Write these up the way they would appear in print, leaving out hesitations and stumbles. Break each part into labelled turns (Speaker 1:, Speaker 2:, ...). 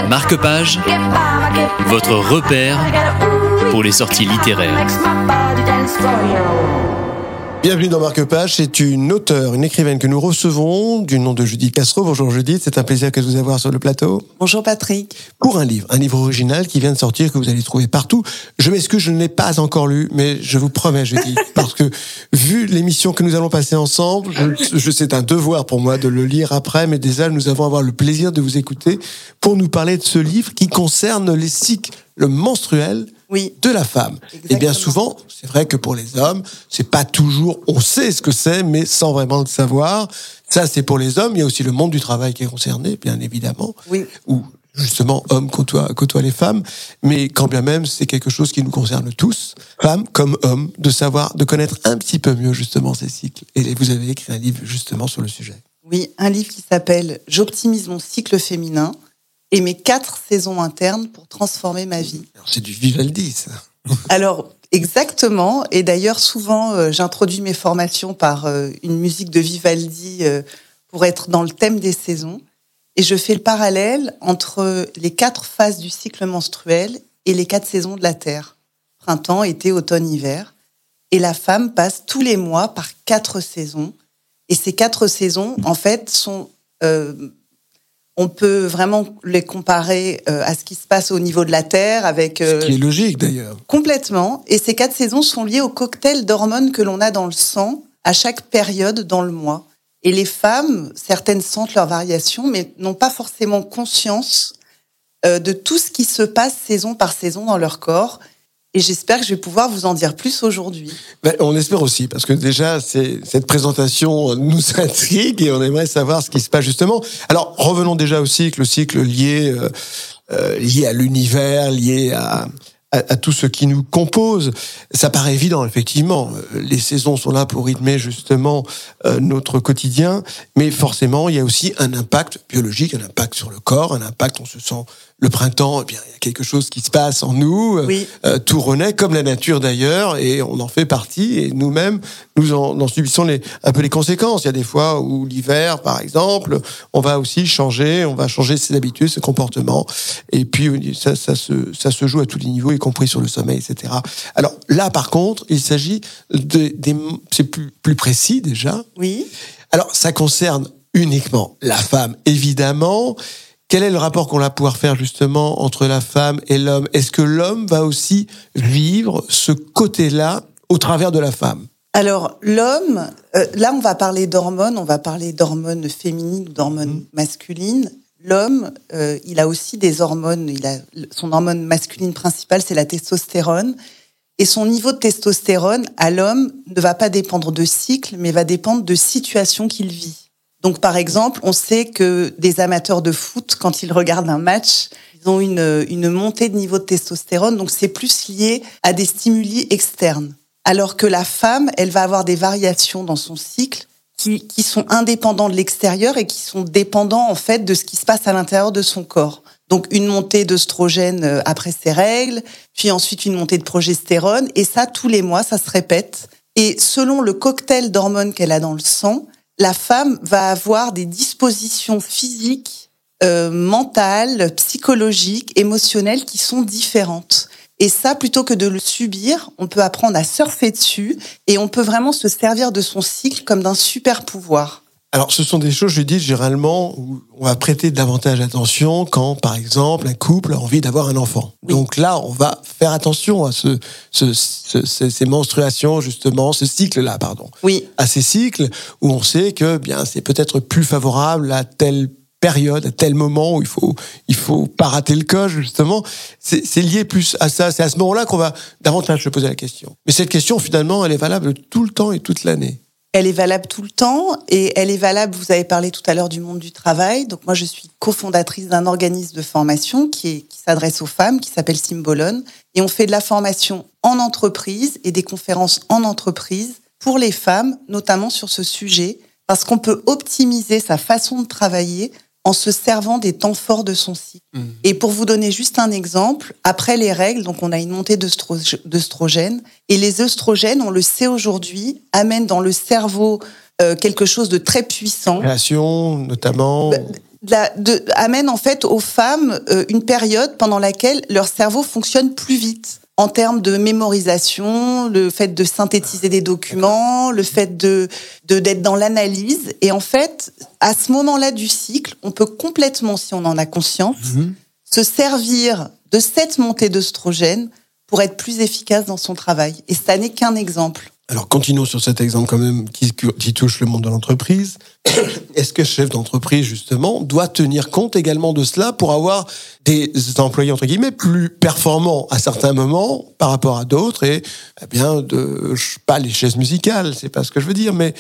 Speaker 1: Marque-Page, votre repère pour les sorties littéraires.
Speaker 2: Bienvenue dans Marque-Page, c'est une auteure, une écrivaine que nous recevons du nom de Judith Castro. Bonjour Judith, c'est un plaisir de vous avoir sur le plateau.
Speaker 3: Bonjour Patrick.
Speaker 2: Pour un livre original qui vient de sortir, que vous allez trouver partout. Je m'excuse, je ne l'ai pas encore lu, mais je vous promets Judith, parce que vu l'émission que nous allons passer ensemble, c'est un devoir pour moi de le lire après, mais déjà nous allons avoir le plaisir de vous écouter pour nous parler de ce livre qui concerne les cycles menstruels de la femme.
Speaker 3: Exactement.
Speaker 2: Et bien souvent, c'est vrai que pour les hommes, c'est pas toujours, on sait ce que c'est, mais sans vraiment le savoir. Ça, c'est pour les hommes. Il y a aussi le monde du travail qui est concerné, bien évidemment.
Speaker 3: Oui.
Speaker 2: Où, justement, hommes côtoient les femmes. Mais quand bien même, c'est quelque chose qui nous concerne tous, femmes comme hommes, de connaître un petit peu mieux, justement, ces cycles. Et vous avez écrit un livre, justement, sur le sujet.
Speaker 3: Oui, un livre qui s'appelle « J'optimise mon cycle féminin » et mes 4 saisons internes pour transformer ma vie.
Speaker 2: Alors, c'est du Vivaldi, ça.
Speaker 3: Alors, exactement. Et d'ailleurs, souvent, j'introduis mes formations par une musique de Vivaldi pour être dans le thème des saisons. Et je fais le parallèle entre les 4 phases du cycle menstruel et les 4 saisons de la Terre. Printemps, été, automne, hiver. Et la femme passe tous les mois par 4 saisons. Et ces 4 saisons, en fait, sont... on peut vraiment les comparer à ce qui se passe au niveau de la Terre avec...
Speaker 2: Ce qui est logique, d'ailleurs.
Speaker 3: Complètement. Et ces 4 saisons sont liées au cocktail d'hormones que l'on a dans le sang à chaque période dans le mois. Et les femmes, certaines sentent leurs variations, mais n'ont pas forcément conscience de tout ce qui se passe saison par saison dans leur corps. Et j'espère que je vais pouvoir vous en dire plus aujourd'hui.
Speaker 2: Ben, on espère aussi, parce que déjà, cette présentation nous intrigue et on aimerait savoir ce qui se passe justement. Alors, revenons déjà au cycle, le cycle lié à l'univers, lié à tout ce qui nous compose. Ça paraît évident, effectivement. Les saisons sont là pour rythmer justement notre quotidien, mais forcément, il y a aussi un impact biologique, un impact sur le corps, un impact, on se sent... Le printemps, eh bien, il y a quelque chose qui se passe en nous.
Speaker 3: Oui.
Speaker 2: Tout renaît, comme la nature d'ailleurs, et on en fait partie. Et nous-mêmes, nous en subissons un peu les conséquences. Il y a des fois où l'hiver, par exemple, on va aussi changer ses habitudes, ses comportements. Et puis ça se joue à tous les niveaux, y compris sur le sommeil, etc. Alors là, par contre, il s'agit c'est plus précis déjà.
Speaker 3: Oui.
Speaker 2: Alors ça concerne uniquement la femme, évidemment. Quel est le rapport qu'on va pouvoir faire justement entre la femme et l'homme ? Est-ce que l'homme va aussi vivre ce côté-là au travers de la femme ?
Speaker 3: Alors, l'homme, là, on va parler d'hormones féminines ou d'hormones masculines. L'homme, il a aussi des hormones. Son hormone masculine principale, c'est la testostérone. Et son niveau de testostérone à l'homme ne va pas dépendre de cycle, mais va dépendre de situations qu'il vit. Donc, par exemple, on sait que des amateurs de foot, quand ils regardent un match, ils ont une montée de niveau de testostérone. Donc, c'est plus lié à des stimuli externes. Alors que la femme, elle va avoir des variations dans son cycle qui sont indépendants de l'extérieur et qui sont dépendants, en fait, de ce qui se passe à l'intérieur de son corps. Donc, une montée d'œstrogène après ses règles, puis ensuite une montée de progestérone. Et ça, tous les mois, ça se répète. Et selon le cocktail d'hormones qu'elle a dans le sang, la femme va avoir des dispositions physiques, mentales, psychologiques, émotionnelles qui sont différentes. Et ça, plutôt que de le subir, on peut apprendre à surfer dessus et on peut vraiment se servir de son cycle comme d'un super pouvoir.
Speaker 2: Alors, ce sont des choses, je dis, généralement, où on va prêter davantage attention quand, par exemple, un couple a envie d'avoir un enfant. Oui. Donc là, on va faire attention à ces menstruations, justement, ce cycle-là, pardon.
Speaker 3: Oui.
Speaker 2: À ces cycles où on sait que, bien, c'est peut-être plus favorable à telle période, à tel moment où il faut pas rater le coche, justement. C'est lié plus à ça. C'est à ce moment-là qu'on va davantage se poser la question. Mais cette question, finalement, elle est valable tout le temps et toute l'année.
Speaker 3: Elle est valable tout le temps et elle est valable, vous avez parlé tout à l'heure du monde du travail. Donc moi, je suis cofondatrice d'un organisme de formation qui s'adresse aux femmes, qui s'appelle Symbolone. Et on fait de la formation en entreprise et des conférences en entreprise pour les femmes, notamment sur ce sujet, parce qu'on peut optimiser sa façon de travailler en se servant des temps forts de son cycle. Et pour vous donner juste un exemple, après les règles, donc on a une montée d'œstrogènes, et les œstrogènes, on le sait aujourd'hui, amènent dans le cerveau quelque chose de très puissant.
Speaker 2: Création, notamment.
Speaker 3: amène en fait aux femmes une période pendant laquelle leur cerveau fonctionne plus vite. En termes de mémorisation, le fait de synthétiser des documents, le fait d'être dans l'analyse. Et en fait, à ce moment-là du cycle, on peut complètement, si on en a conscience, se servir de cette montée d'œstrogène pour être plus efficace dans son travail. Et ça n'est qu'un exemple.
Speaker 2: Alors, continuons sur cet exemple quand même qui touche le monde de l'entreprise. Est-ce que le chef d'entreprise, justement, doit tenir compte également de cela pour avoir des employés, entre guillemets, plus performants à certains moments par rapport à d'autres et, pas les chaises musicales, c'est pas ce que je veux dire, mais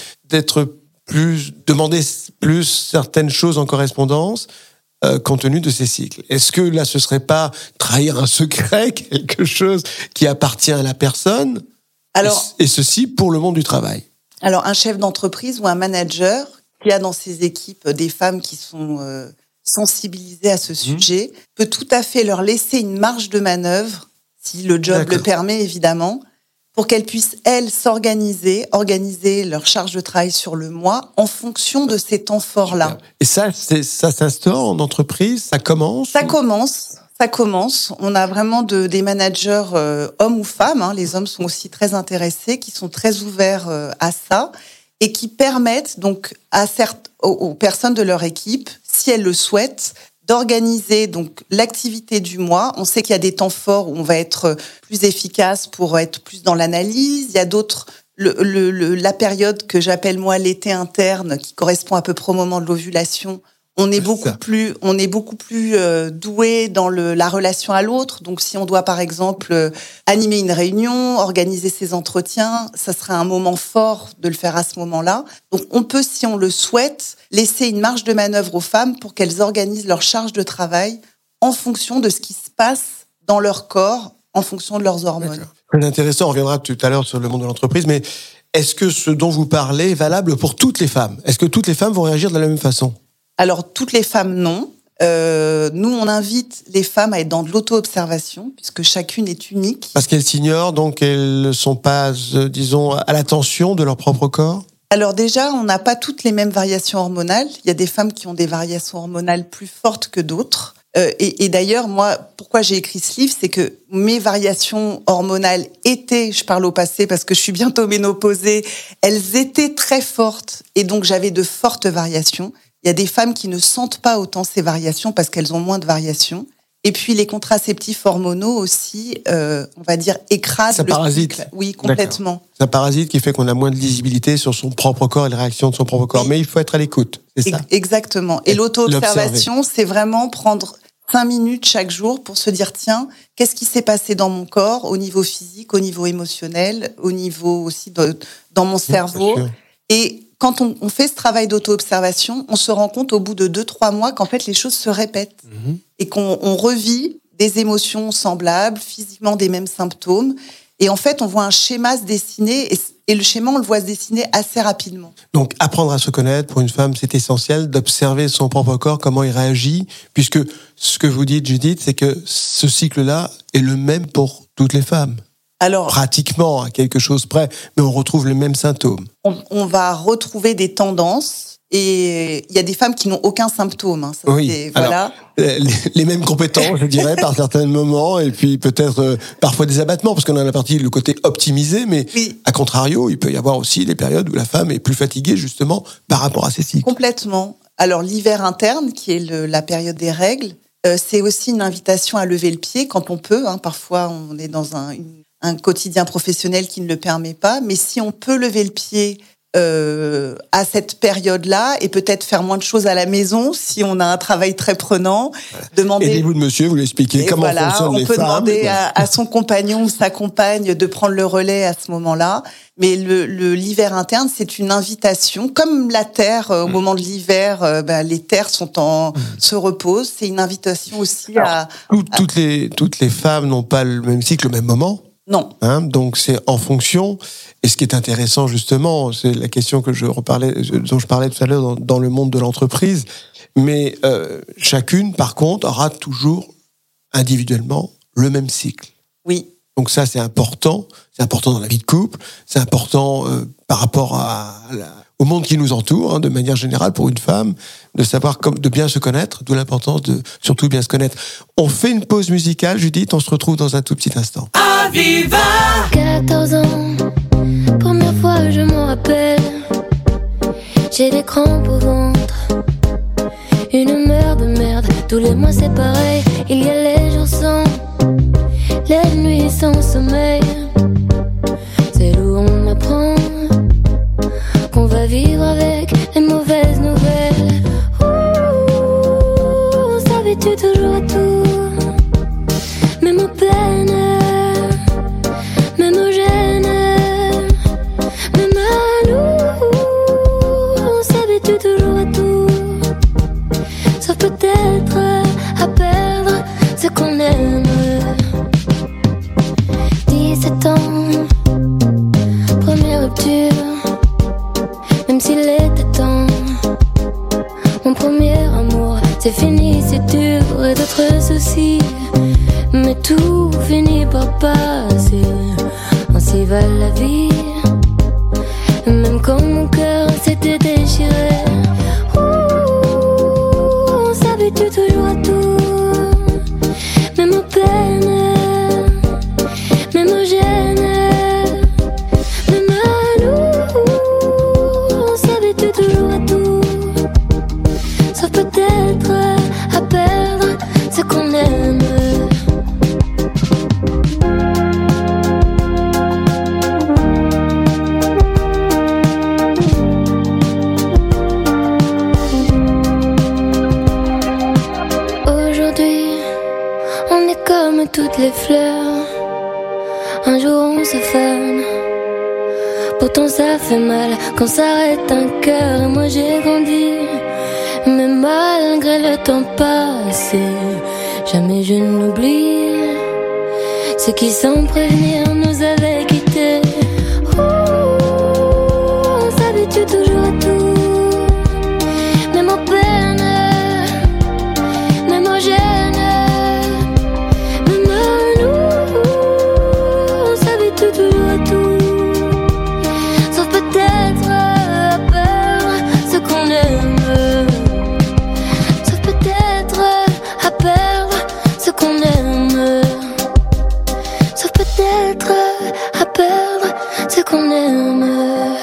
Speaker 2: demander plus certaines choses en correspondance compte tenu de ces cycles. Est-ce que là, ce serait pas trahir un secret, quelque chose qui appartient à la personne? Et ceci pour le monde du travail.
Speaker 3: Alors, un chef d'entreprise ou un manager qui a dans ses équipes des femmes qui sont sensibilisées à ce sujet peut tout à fait leur laisser une marge de manœuvre, si le job le permet évidemment, pour qu'elles puissent, elles, organiser leur charge de travail sur le mois en fonction de ces temps forts-là.
Speaker 2: Et ça s'instaure en entreprise? Ça commence?
Speaker 3: Ça commence. On a vraiment des managers hommes ou femmes. Les hommes sont aussi très intéressés, qui sont très ouverts à ça et qui permettent donc aux personnes de leur équipe, si elles le souhaitent, d'organiser donc l'activité du mois. On sait qu'il y a des temps forts où on va être plus efficace pour être plus dans l'analyse. Il y a d'autres, la période que j'appelle moi l'été interne, qui correspond à peu près au moment de l'ovulation. On est beaucoup plus doué dans la relation à l'autre. Donc, si on doit, par exemple, animer une réunion, organiser ses entretiens, ça serait un moment fort de le faire à ce moment-là. Donc, on peut, si on le souhaite, laisser une marge de manœuvre aux femmes pour qu'elles organisent leur charge de travail en fonction de ce qui se passe dans leur corps, en fonction de leurs hormones.
Speaker 2: D'accord. Très intéressant. On reviendra tout à l'heure sur le monde de l'entreprise, mais est-ce que ce dont vous parlez est valable pour toutes les femmes? Est-ce que toutes les femmes vont réagir de la même façon?
Speaker 3: Alors, toutes les femmes, non. Nous, on invite les femmes à être dans de l'auto-observation, puisque chacune est unique.
Speaker 2: Parce qu'elles s'ignorent, donc elles ne sont pas, disons, à l'attention de leur propre corps?
Speaker 3: Alors déjà, on n'a pas toutes les mêmes variations hormonales. Il y a des femmes qui ont des variations hormonales plus fortes que d'autres. Et d'ailleurs, moi, pourquoi j'ai écrit ce livre, c'est que mes variations hormonales étaient, je parle au passé parce que je suis bientôt ménopausée, elles étaient très fortes. Et donc, j'avais de fortes variations. Il y a des femmes qui ne sentent pas autant ces variations parce qu'elles ont moins de variations. Et puis, les contraceptifs hormonaux aussi, on va dire, écrasent
Speaker 2: ça
Speaker 3: le
Speaker 2: parasite.
Speaker 3: cycle. Oui, complètement.
Speaker 2: D'accord. C'est un parasite qui fait qu'on a moins de lisibilité sur son propre corps et les réactions de son propre corps. Mais il faut être à l'écoute, c'est ça?
Speaker 3: Exactement. Et l'auto-observation, c'est vraiment prendre 5 minutes chaque jour pour se dire, tiens, qu'est-ce qui s'est passé dans mon corps, au niveau physique, au niveau émotionnel, au niveau aussi dans mon cerveau. Et quand on fait ce travail d'auto-observation, on se rend compte au bout de 2-3 mois qu'en fait, les choses se répètent et qu'on revit des émotions semblables, physiquement des mêmes symptômes. Et en fait, on voit un schéma se dessiner et le schéma, on le voit se dessiner assez rapidement.
Speaker 2: Donc, apprendre à se connaître, pour une femme, c'est essentiel d'observer son propre corps, comment il réagit, puisque ce que vous dites, Judith, c'est que ce cycle-là est le même pour toutes les femmes. Alors, pratiquement à quelque chose près, mais on retrouve les mêmes symptômes.
Speaker 3: On va retrouver des tendances et il y a des femmes qui n'ont aucun symptôme. Ça,
Speaker 2: oui,
Speaker 3: voilà.
Speaker 2: Les mêmes compétences, je dirais, par certains moments, et puis peut-être parfois des abattements, parce qu'on a la partie, le côté optimisé, mais à contrario, il peut y avoir aussi des périodes où la femme est plus fatiguée, justement, par rapport à ses cycles.
Speaker 3: Complètement. Alors, l'hiver interne, qui est la période des règles, c'est aussi une invitation à lever le pied quand on peut. Parfois, on est dans un quotidien professionnel qui ne le permet pas, mais si on peut lever le pied à cette période-là et peut-être faire moins de choses à la maison si on a un travail très prenant, demander.
Speaker 2: Aidez-vous de monsieur, vous l'expliquez comment fonctionnent les femmes.
Speaker 3: On peut demander à son compagnon ou sa compagne de prendre le relais à ce moment-là. Mais l'hiver interne, c'est une invitation, comme la terre au moment de l'hiver, les terres se reposent. C'est une invitation aussi à.
Speaker 2: Toutes les femmes n'ont pas le même cycle au même moment.
Speaker 3: Non.
Speaker 2: Donc c'est en fonction. Et ce qui est intéressant justement, c'est la question dont je parlais tout à l'heure dans le monde de l'entreprise. Mais chacune, par contre, aura toujours individuellement le même cycle.
Speaker 3: Oui.
Speaker 2: Donc ça, c'est important. C'est important dans la vie de couple. C'est important par rapport au monde qui nous entoure, de manière générale, pour une femme, de savoir de bien se connaître, d'où l'importance de surtout bien se connaître. On fait une pause musicale, Judith, on se retrouve dans un tout petit instant.
Speaker 4: Aviva 14 ans, première fois je m'en rappelle. J'ai des crampes au ventre, une humeur de merde. Tous les mois c'est pareil, il y a les jours sans, les nuits sans sommeil. C'est où on apprend qu'on va vivre avec les mauvaises nouvelles. On s'habitue toujours à tout, même aux peines, même aux gênes, même à nous. On s'habitue toujours à tout, sauf peut-être à perdre ce qu'on aime. 17 ans, première rupture, même s'il était temps. Mon premier amour, c'est fini, c'est dur, et d'autres soucis, mais tout finit par passer. Ainsi va la vie, même quand mon cœur s'était déchiré. On s'habitue toujours à tout, même aux peines, même aux gênes, même à nous. On s'habitue toujours à tout, sauf peut-être à perdre ce qu'on aime. Aujourd'hui, on est comme toutes les fleurs. Un jour on se fane, pourtant ça fait mal quand s'arrête un cœur. Et moi j'ai grandi, mais malgré le temps passé, jamais je n'oublie ceux qui sans prévenir nous avaient quittés. On s'habitue toujours à tout, même aux peines, même aux gênes, même à nous. On s'habitue toujours à tout, sauf peut-être à perdre ce qu'on aime. Sauf peut-être à perdre ce qu'on aime. Sauf peut-être à perdre ce qu'on aime.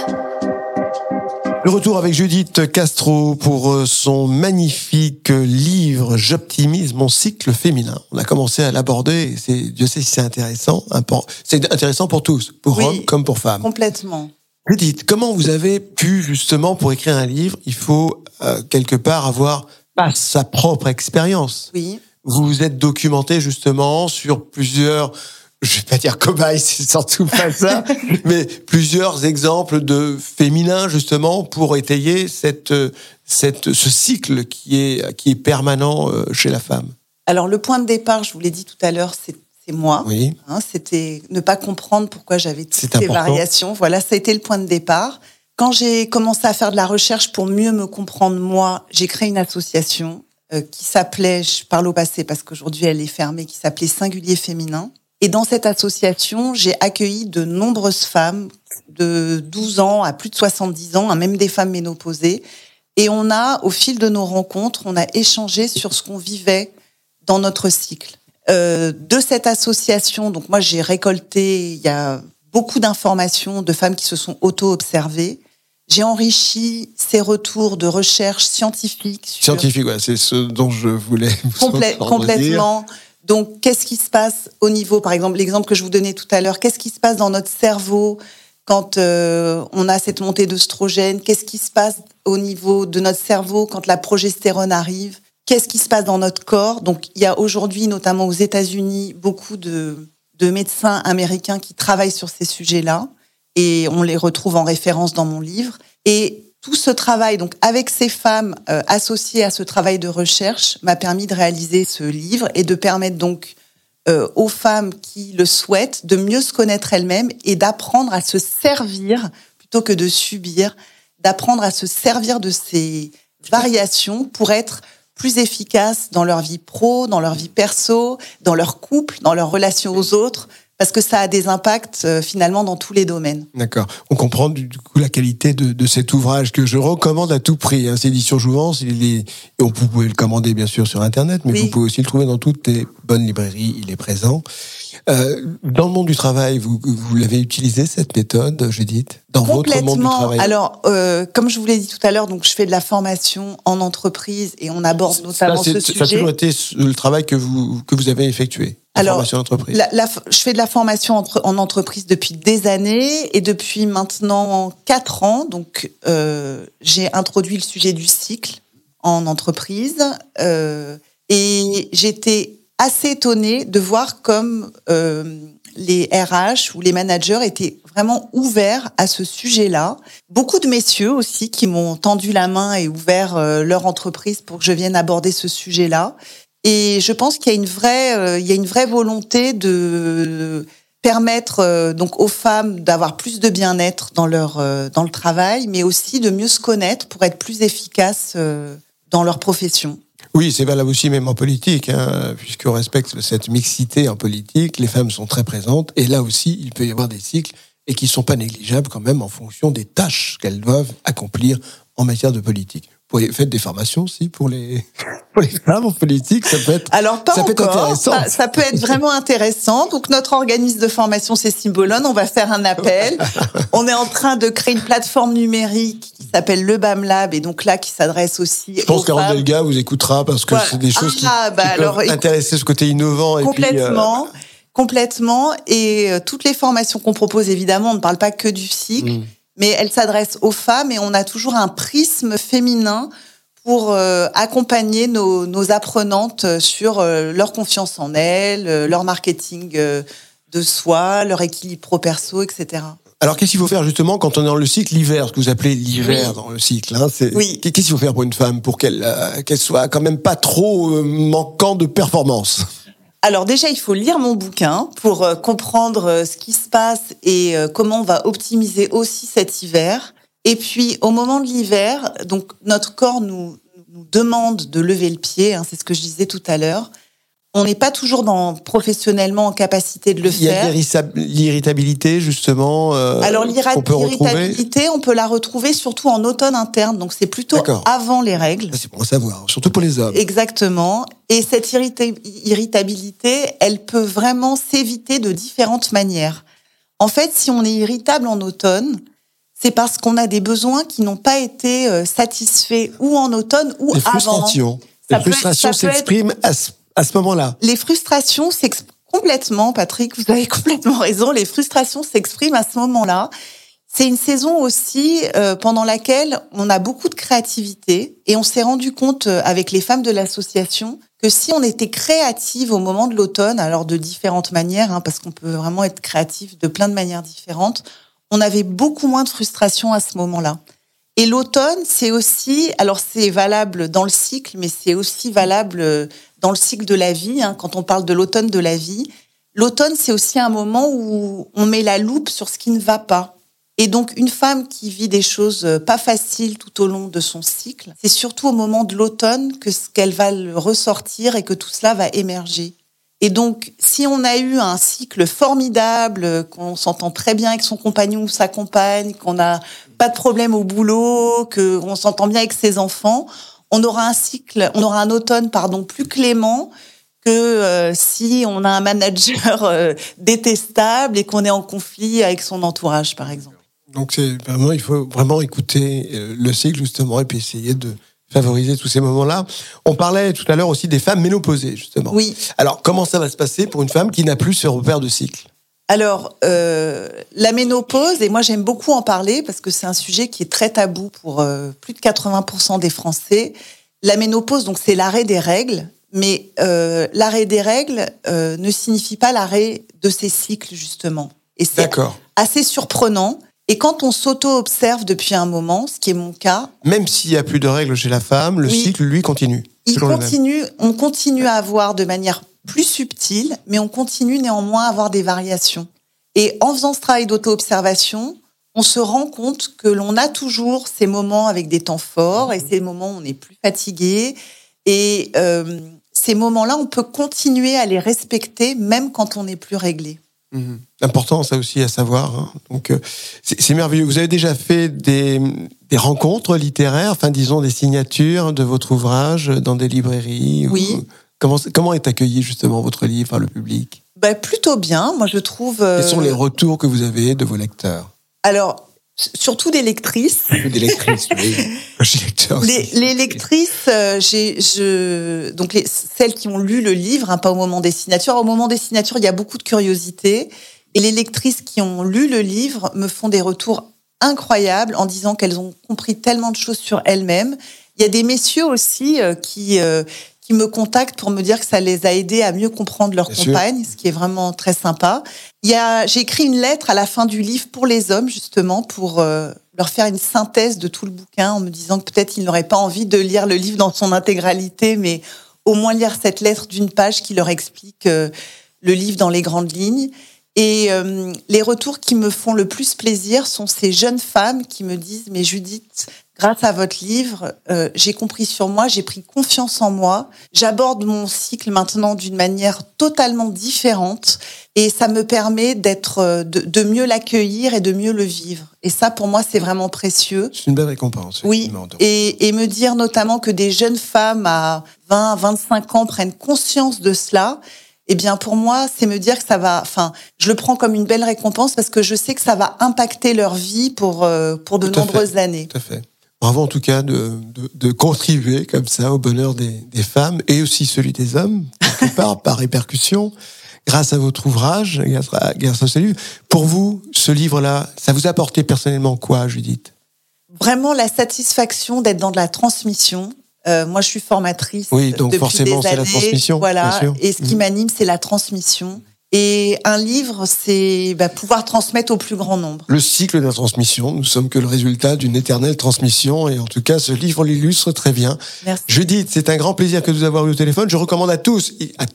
Speaker 2: Le retour avec Judith Castro pour son magnifique livre « J'optimise mon cycle féminin ». On a commencé à l'aborder, et Dieu sait si c'est intéressant. C'est intéressant pour tous, pour hommes comme pour femmes.
Speaker 3: Complètement.
Speaker 2: Judith, comment vous avez pu, justement, pour écrire un livre, il faut quelque part avoir sa propre expérience.
Speaker 3: Oui.
Speaker 2: Vous vous êtes documenté, justement, sur plusieurs... Je vais pas dire cobaye, c'est surtout pas ça, mais plusieurs exemples de féminins, justement, pour étayer ce cycle qui est permanent chez la femme.
Speaker 3: Alors, le point de départ, je vous l'ai dit tout à l'heure, c'est moi.
Speaker 2: Oui.
Speaker 3: C'était ne pas comprendre pourquoi j'avais toutes ces
Speaker 2: important.
Speaker 3: variations. Voilà, ça a été le point de départ. Quand j'ai commencé à faire de la recherche pour mieux me comprendre moi, j'ai créé une association qui s'appelait, je parle au passé parce qu'aujourd'hui elle est fermée, qui s'appelait Singulier Féminin. Et dans cette association, j'ai accueilli de nombreuses femmes de 12 ans à plus de 70 ans, même des femmes ménopausées. Et on a, au fil de nos rencontres, on a échangé sur ce qu'on vivait dans notre cycle. De cette association, donc moi j'ai récolté, il y a beaucoup d'informations de femmes qui se sont auto-observées. J'ai enrichi ces retours de recherche scientifique.
Speaker 2: Scientifique, ouais, c'est ce dont je voulais vous
Speaker 3: complètement. Donc, qu'est-ce qui se passe au niveau, par exemple, l'exemple que je vous donnais tout à l'heure, qu'est-ce qui se passe dans notre cerveau quand on a cette montée d'œstrogène? Qu'est-ce qui se passe au niveau de notre cerveau quand la progestérone arrive? Qu'est-ce qui se passe dans notre corps? Donc, il y a aujourd'hui, notamment aux États-Unis, beaucoup de médecins américains qui travaillent sur ces sujets-là, et on les retrouve en référence dans mon livre. Et tout ce travail, donc avec ces femmes associées à ce travail de recherche, m'a permis de réaliser ce livre et de permettre donc aux femmes qui le souhaitent de mieux se connaître elles-mêmes et d'apprendre à se servir, plutôt que de subir, d'apprendre à se servir de ces variations pour être plus efficaces dans leur vie pro, dans leur vie perso, dans leur couple, dans leur relation aux autres, parce que ça a des impacts finalement dans tous les domaines.
Speaker 2: D'accord. On comprend du coup la qualité de cet ouvrage que je recommande à tout prix. C'est édition Jouvence. Vous pouvez le commander bien sûr sur Internet, mais vous pouvez aussi le trouver dans toutes les bonnes librairies. Il est présent. Dans le monde du travail, vous l'avez utilisé cette méthode, Judith, dans votre monde du travail?
Speaker 3: Alors, comme je vous l'ai dit tout à l'heure, donc je fais de la formation en entreprise et on aborde notamment ce sujet.
Speaker 2: Ça a toujours été le travail que vous avez effectué. Formation en entreprise.
Speaker 3: Je fais de la formation en entreprise depuis des années et depuis maintenant 4 ans. Donc, j'ai introduit le sujet du cycle en entreprise et j'étais assez étonnée de voir comme les RH ou les managers étaient vraiment ouverts à ce sujet-là. Beaucoup de messieurs aussi qui m'ont tendu la main et ouvert leur entreprise pour que je vienne aborder ce sujet-là. Et je pense qu'il y a une vraie volonté de permettre donc aux femmes d'avoir plus de bien-être dans le travail, mais aussi de mieux se connaître pour être plus efficaces dans leur profession.
Speaker 2: Oui, c'est valable aussi même en politique, puisqu'on respecte cette mixité en politique. Les femmes sont très présentes, et là aussi, il peut y avoir des cycles et qui ne sont pas négligeables quand même en fonction des tâches qu'elles doivent accomplir en matière de politique. Vous faites des formations aussi pour les femmes en politique, ça peut être,
Speaker 3: alors, pas
Speaker 2: ça peut
Speaker 3: encore.
Speaker 2: Être intéressant.
Speaker 3: Ça peut être vraiment intéressant. Donc, notre organisme de formation, c'est Symbolone. On va faire un appel. On est en train de créer une plateforme numérique qui s'appelle le BAM Lab, et donc là, qui s'adresse aussi aux femmes.
Speaker 2: Je pense qu'Aaron Delga vous écoutera parce que c'est des choses qui peuvent intéresser ce côté innovant.
Speaker 3: Complètement. Complètement. Et toutes les formations qu'on propose, évidemment, on ne parle pas que du cycle. Mais elle s'adresse aux femmes et on a toujours un prisme féminin pour accompagner nos apprenantes sur leur confiance en elles, leur marketing de soi, leur équilibre pro-perso, etc.
Speaker 2: Alors, qu'est-ce qu'il faut faire justement quand on est dans le cycle l'hiver, ce que vous appelez l'hiver dans le cycle Qu'est-ce qu'il faut faire pour une femme pour qu'elle soit quand même pas trop manquant de performance?
Speaker 3: Alors déjà, il faut lire mon bouquin pour comprendre ce qui se passe et comment on va optimiser aussi cet hiver. Et puis, au moment de l'hiver, donc notre corps nous demande de lever le pied, c'est ce que je disais tout à l'heure. On n'est pas toujours professionnellement en capacité de le faire.
Speaker 2: Il y a l'irritabilité, justement,
Speaker 3: alors,
Speaker 2: qu'on peut retrouver.
Speaker 3: L'irritabilité, on peut la retrouver surtout en automne interne. Donc, c'est plutôt avant les règles.
Speaker 2: C'est pour savoir, surtout pour les hommes.
Speaker 3: Exactement. Et cette irritabilité, elle peut vraiment s'éviter de différentes manières. En fait, si on est irritable en automne, c'est parce qu'on a des besoins qui n'ont pas été satisfaits ou en automne ou
Speaker 2: avant. Les frustrations s'expriment à ce moment-là.
Speaker 3: Les frustrations s'expriment complètement, Patrick, vous avez complètement raison, les frustrations s'expriment à ce moment-là. C'est une saison aussi pendant laquelle on a beaucoup de créativité et on s'est rendu compte avec les femmes de l'association que si on était créative au moment de l'automne, alors de différentes manières, parce qu'on peut vraiment être créatif de plein de manières différentes, on avait beaucoup moins de frustration à ce moment-là. Et l'automne, c'est aussi, alors c'est valable dans le cycle, mais c'est aussi valable dans le cycle de la vie, quand on parle de l'automne de la vie. L'automne, c'est aussi un moment où on met la loupe sur ce qui ne va pas. Et donc, une femme qui vit des choses pas faciles tout au long de son cycle, c'est surtout au moment de l'automne qu'elle va le ressortir et que tout cela va émerger. Et donc, si on a eu un cycle formidable, qu'on s'entend très bien avec son compagnon ou sa compagne, qu'on n'a pas de problème au boulot, qu'on s'entend bien avec ses enfants, on aura un automne, plus clément que si on a un manager détestable et qu'on est en conflit avec son entourage, par exemple.
Speaker 2: Donc il faut vraiment écouter le cycle justement et puis essayer de favoriser tous ces moments-là. On parlait tout à l'heure aussi des femmes ménopausées, justement.
Speaker 3: Oui.
Speaker 2: Alors, comment ça va se passer pour une femme qui n'a plus ce repère de cycle ?
Speaker 3: Alors, la ménopause, et moi j'aime beaucoup en parler parce que c'est un sujet qui est très tabou pour plus de 80% des Français. La ménopause, donc c'est l'arrêt des règles, mais l'arrêt des règles ne signifie pas l'arrêt de ces cycles, justement. Et c'est assez surprenant. Et quand on s'auto-observe depuis un moment, ce qui est mon cas...
Speaker 2: Même s'il n'y a plus de règles chez la femme, le cycle, lui, continue.
Speaker 3: On continue à avoir de manière plus subtile, mais on continue néanmoins à avoir des variations. Et en faisant ce travail d'auto-observation, on se rend compte que l'on a toujours ces moments avec des temps forts et ces moments où on est plus fatigué. Et ces moments-là, on peut continuer à les respecter même quand on n'est plus réglé.
Speaker 2: Important, ça aussi à savoir. Hein. Donc, c'est merveilleux. Vous avez déjà fait des rencontres littéraires, enfin, disons, des signatures de votre ouvrage dans des librairies?
Speaker 3: Oui.
Speaker 2: Comment est accueilli, justement, votre livre par le public?
Speaker 3: Plutôt bien. Moi, je trouve...
Speaker 2: Quels sont les retours que vous avez de vos lecteurs?
Speaker 3: Alors, surtout des lectrices.
Speaker 2: Des lectrices, oui.
Speaker 3: Les lectrices, donc celles qui ont lu le livre, hein, pas au moment des signatures. Au moment des signatures, il y a beaucoup de curiosité. Et les lectrices qui ont lu le livre me font des retours incroyables en disant qu'elles ont compris tellement de choses sur elles-mêmes. Il y a des messieurs aussi qui me contactent pour me dire que ça les a aidés à mieux comprendre leur compagne, ce qui est vraiment très sympa. J'ai écrit une lettre à la fin du livre pour les hommes, justement, pour leur faire une synthèse de tout le bouquin, en me disant que peut-être ils n'auraient pas envie de lire le livre dans son intégralité, mais au moins lire cette lettre d'une page qui leur explique le livre dans les grandes lignes. Et les retours qui me font le plus plaisir sont ces jeunes femmes qui me disent « Mais Judith, grâce à votre livre, j'ai compris sur moi, j'ai pris confiance en moi. J'aborde mon cycle maintenant d'une manière totalement différente et ça me permet de mieux l'accueillir et de mieux le vivre. » Et ça, pour moi, c'est vraiment précieux.
Speaker 2: C'est une belle récompense.
Speaker 3: Oui, et me dire notamment que des jeunes femmes à 20, 25 ans prennent conscience de cela. Eh bien, pour moi, c'est me dire que je le prends comme une belle récompense parce que je sais que ça va impacter leur vie pour de nombreuses années.
Speaker 2: Tout à fait. Bravo en tout cas de contribuer comme ça au bonheur des femmes et aussi celui des hommes, quelque part, par répercussion, grâce à votre ouvrage, grâce à ce livre. Pour vous, ce livre-là, ça vous a apporté personnellement quoi, Judith?
Speaker 3: Vraiment la satisfaction d'être dans de la transmission. Moi, je suis formatrice.
Speaker 2: Oui, donc
Speaker 3: depuis
Speaker 2: forcément,
Speaker 3: des
Speaker 2: c'est
Speaker 3: années,
Speaker 2: la transmission.
Speaker 3: Voilà. Et ce qui m'anime, c'est la transmission. Et un livre, c'est pouvoir transmettre au plus grand nombre.
Speaker 2: Le cycle de la transmission, nous sommes que le résultat d'une éternelle transmission. Et en tout cas, ce livre l'illustre très bien.
Speaker 3: Merci.
Speaker 2: Judith, c'est un grand plaisir que de vous avoir eu au téléphone. Je recommande à tous,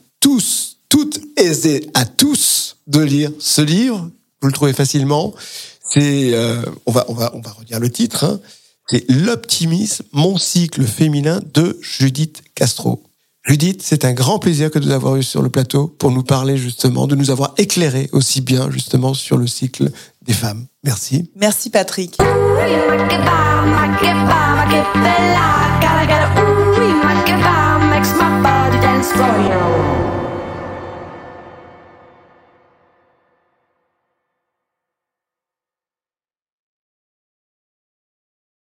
Speaker 2: toutes et à tous de lire ce livre. Vous le trouvez facilement. C'est, on va redire le titre, hein. C'est L'optimisme, mon cycle féminin de Judith Castro. Judith, c'est un grand plaisir que de vous avoir eu sur le plateau pour nous parler justement, de nous avoir éclairé aussi bien justement sur le cycle des femmes. Merci.
Speaker 3: Merci Patrick.